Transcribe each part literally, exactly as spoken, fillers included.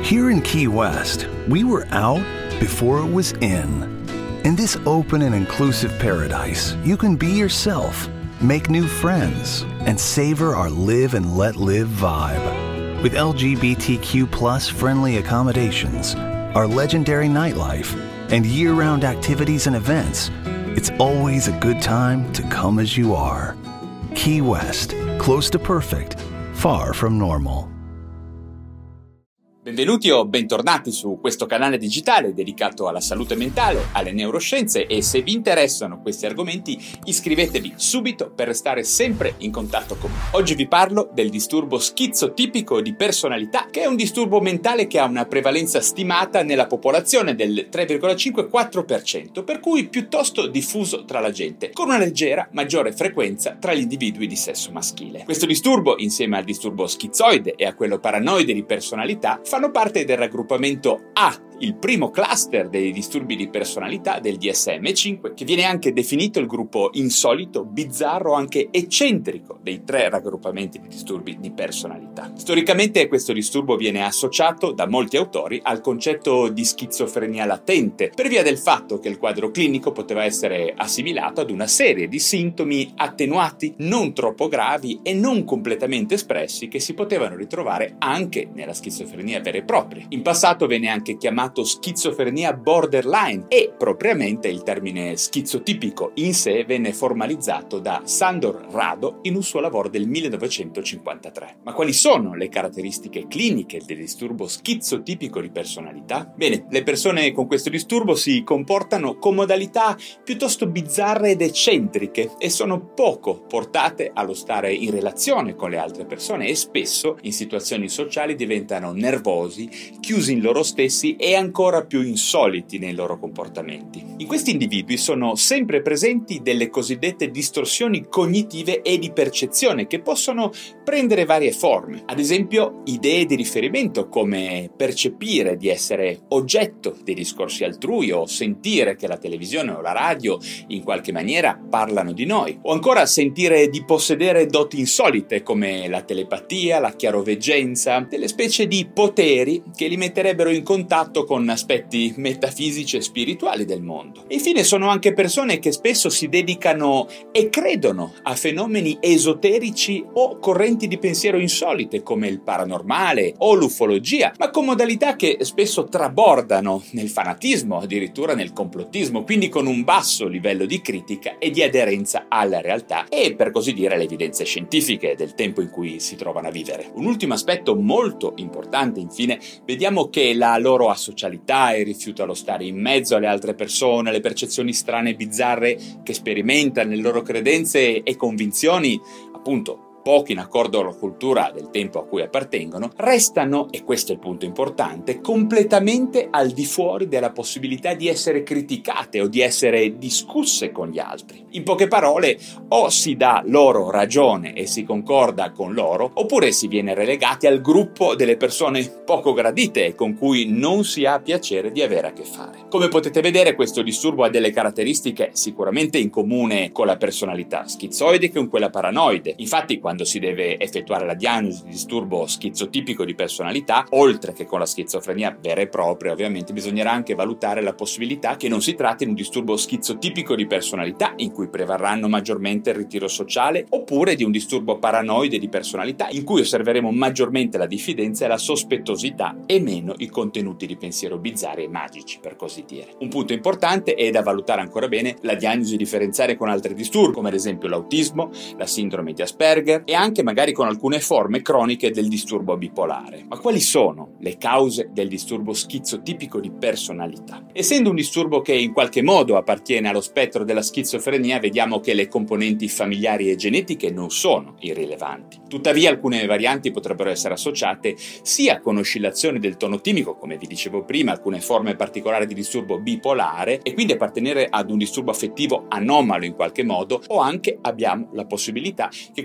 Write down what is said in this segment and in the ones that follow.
Here in Key West, we were out before it was in. In this open and inclusive paradise, you can be yourself, make new friends, and savor our live and let live vibe. With L G B T Q plus friendly accommodations, our legendary nightlife, and year-round activities and events, it's always a good time to come as you are. Key West, close to perfect, far from normal. Benvenuti o bentornati su questo canale digitale dedicato alla salute mentale, alle neuroscienze, e se vi interessano questi argomenti iscrivetevi subito per restare sempre in contatto con me. Oggi vi parlo del disturbo schizotipico di personalità, che è un disturbo mentale che ha una prevalenza stimata nella popolazione del tre virgola cinque quattro per cento, per cui piuttosto diffuso tra la gente, con una leggera maggiore frequenza tra gli individui di sesso maschile. Questo disturbo, insieme al disturbo schizoide e a quello paranoide di personalità, fanno parte del raggruppamento A, il primo cluster dei disturbi di personalità del D S M cinque, che viene anche definito il gruppo insolito, bizzarro, anche eccentrico dei tre raggruppamenti di disturbi di personalità. Storicamente questo disturbo viene associato da molti autori al concetto di schizofrenia latente, per via del fatto che il quadro clinico poteva essere assimilato ad una serie di sintomi attenuati, non troppo gravi e non completamente espressi, che si potevano ritrovare anche nella schizofrenia vera e propria. In passato venne anche chiamato schizofrenia borderline e propriamente il termine schizotipico in sé venne formalizzato da Sandor Rado in un suo lavoro del millenovecentocinquantatré. Ma quali sono le caratteristiche cliniche del disturbo schizotipico di personalità? Bene, le persone con questo disturbo si comportano con modalità piuttosto bizzarre ed eccentriche e sono poco portate allo stare in relazione con le altre persone e spesso in situazioni sociali diventano nervosi, chiusi in loro stessi e ancora più insoliti nei loro comportamenti. In questi individui sono sempre presenti delle cosiddette distorsioni cognitive e di percezione che possono prendere varie forme. Ad esempio, idee di riferimento come percepire di essere oggetto dei discorsi altrui o sentire che la televisione o la radio in qualche maniera parlano di noi, o ancora sentire di possedere doti insolite come la telepatia, la chiaroveggenza, delle specie di poteri che li metterebbero in contatto con aspetti metafisici e spirituali del mondo. E infine sono anche persone che spesso si dedicano e credono a fenomeni esoterici o correnti di pensiero insolite come il paranormale o l'ufologia, ma con modalità che spesso trabordano nel fanatismo, addirittura nel complottismo, quindi con un basso livello di critica e di aderenza alla realtà e, per così dire, alle evidenze scientifiche del tempo in cui si trovano a vivere. Un ultimo aspetto molto importante, infine, vediamo che la loro asocialità, il rifiuto allo stare in mezzo alle altre persone, le percezioni strane e bizzarre che sperimentano, le loro credenze e convinzioni, appunto poco in accordo con la cultura del tempo a cui appartengono, restano, e questo è il punto importante, completamente al di fuori della possibilità di essere criticate o di essere discusse con gli altri. In poche parole, o si dà loro ragione e si concorda con loro, oppure si viene relegati al gruppo delle persone poco gradite e con cui non si ha piacere di avere a che fare. Come potete vedere, questo disturbo ha delle caratteristiche sicuramente in comune con la personalità schizoide e con quella paranoide. Infatti, quando Quando si deve effettuare la diagnosi di disturbo schizotipico di personalità, oltre che con la schizofrenia vera e propria, ovviamente bisognerà anche valutare la possibilità che non si tratti di un disturbo schizotipico di personalità in cui prevarranno maggiormente il ritiro sociale, oppure di un disturbo paranoide di personalità in cui osserveremo maggiormente la diffidenza e la sospettosità e meno i contenuti di pensiero bizzarri e magici, per così dire. Un punto importante è da valutare ancora bene la diagnosi differenziare con altri disturbi, come ad esempio l'autismo, la sindrome di Asperger e anche magari con alcune forme croniche del disturbo bipolare. Ma quali sono le cause del disturbo schizotipico di personalità? Essendo un disturbo che in qualche modo appartiene allo spettro della schizofrenia, vediamo che le componenti familiari e genetiche non sono irrilevanti. Tuttavia, alcune varianti potrebbero essere associate sia con oscillazioni del tono timico, come vi dicevo prima, alcune forme particolari di disturbo bipolare, e quindi appartenere ad un disturbo affettivo anomalo in qualche modo, o anche abbiamo la possibilità che questi pazienti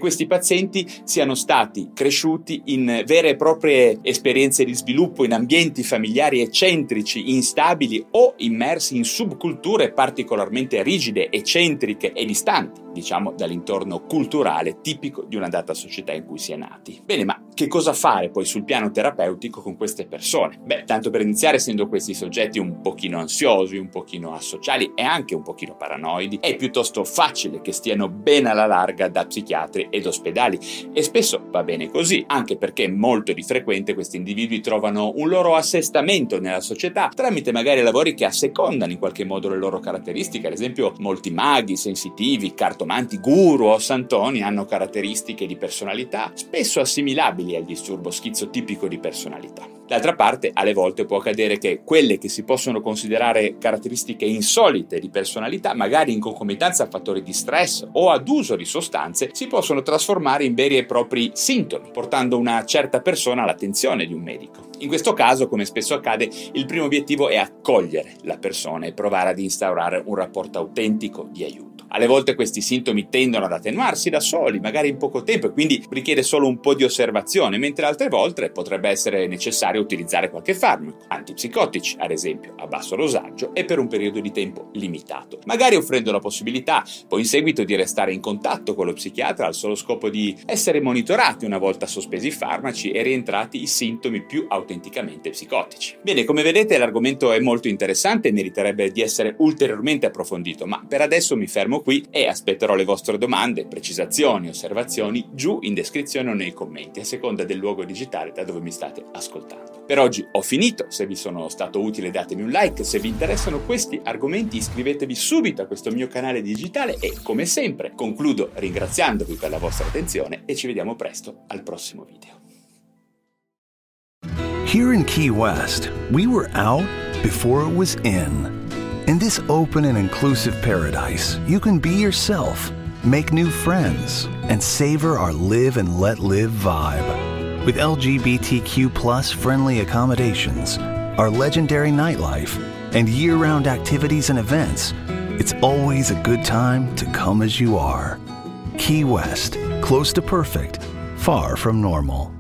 pazienti siano stati cresciuti in vere e proprie esperienze di sviluppo in ambienti familiari eccentrici, instabili o immersi in subculture particolarmente rigide, eccentriche e distanti, diciamo, dall'intorno culturale tipico di una data società in cui si è nati. Bene, ma che cosa fare poi sul piano terapeutico con queste persone? Beh, tanto per iniziare, essendo questi soggetti un pochino ansiosi, un pochino asociali e anche un pochino paranoidi, è piuttosto facile che stiano ben alla larga da psichiatri ed ospedali, e spesso va bene così, anche perché molto di frequente questi individui trovano un loro assestamento nella società tramite magari lavori che assecondano in qualche modo le loro caratteristiche. Ad esempio, molti maghi, sensitivi, cartomanti, guru o santoni hanno caratteristiche di personalità spesso assimilabili al disturbo schizotipico di personalità. D'altra parte, alle volte può accadere che quelle che si possono considerare caratteristiche insolite di personalità, magari in concomitanza a fattori di stress o ad uso di sostanze, si possono trasformare in veri e propri sintomi, portando una certa persona all'attenzione di un medico. In questo caso, come spesso accade, il primo obiettivo è accogliere la persona e provare ad instaurare un rapporto autentico di aiuto. Alle volte questi sintomi tendono ad attenuarsi da soli, magari in poco tempo, e quindi richiede solo un po' di osservazione, mentre altre volte potrebbe essere necessario utilizzare qualche farmaco, antipsicotici ad esempio, a basso dosaggio e per un periodo di tempo limitato, magari offrendo la possibilità poi in seguito di restare in contatto con lo psichiatra al solo scopo di essere monitorati una volta sospesi i farmaci e rientrati i sintomi più autenticamente psicotici. Bene, come vedete l'argomento è molto interessante e meriterebbe di essere ulteriormente approfondito, ma per adesso mi fermo qui e aspetterò le vostre domande, precisazioni, osservazioni giù in descrizione o nei commenti, a seconda del luogo digitale da dove mi state ascoltando. Per oggi ho finito, se vi sono stato utile datemi un like, se vi interessano questi argomenti iscrivetevi subito a questo mio canale digitale e, come sempre, concludo ringraziandovi per la vostra attenzione e ci vediamo presto al prossimo video. Here in Key West, we were out before it was in. In this open and inclusive paradise, you can be yourself, make new friends, and savor our live and let live vibe. With L G B T Q plus friendly accommodations, our legendary nightlife, and year-round activities and events, it's always a good time to come as you are. Key West, close to perfect, far from normal.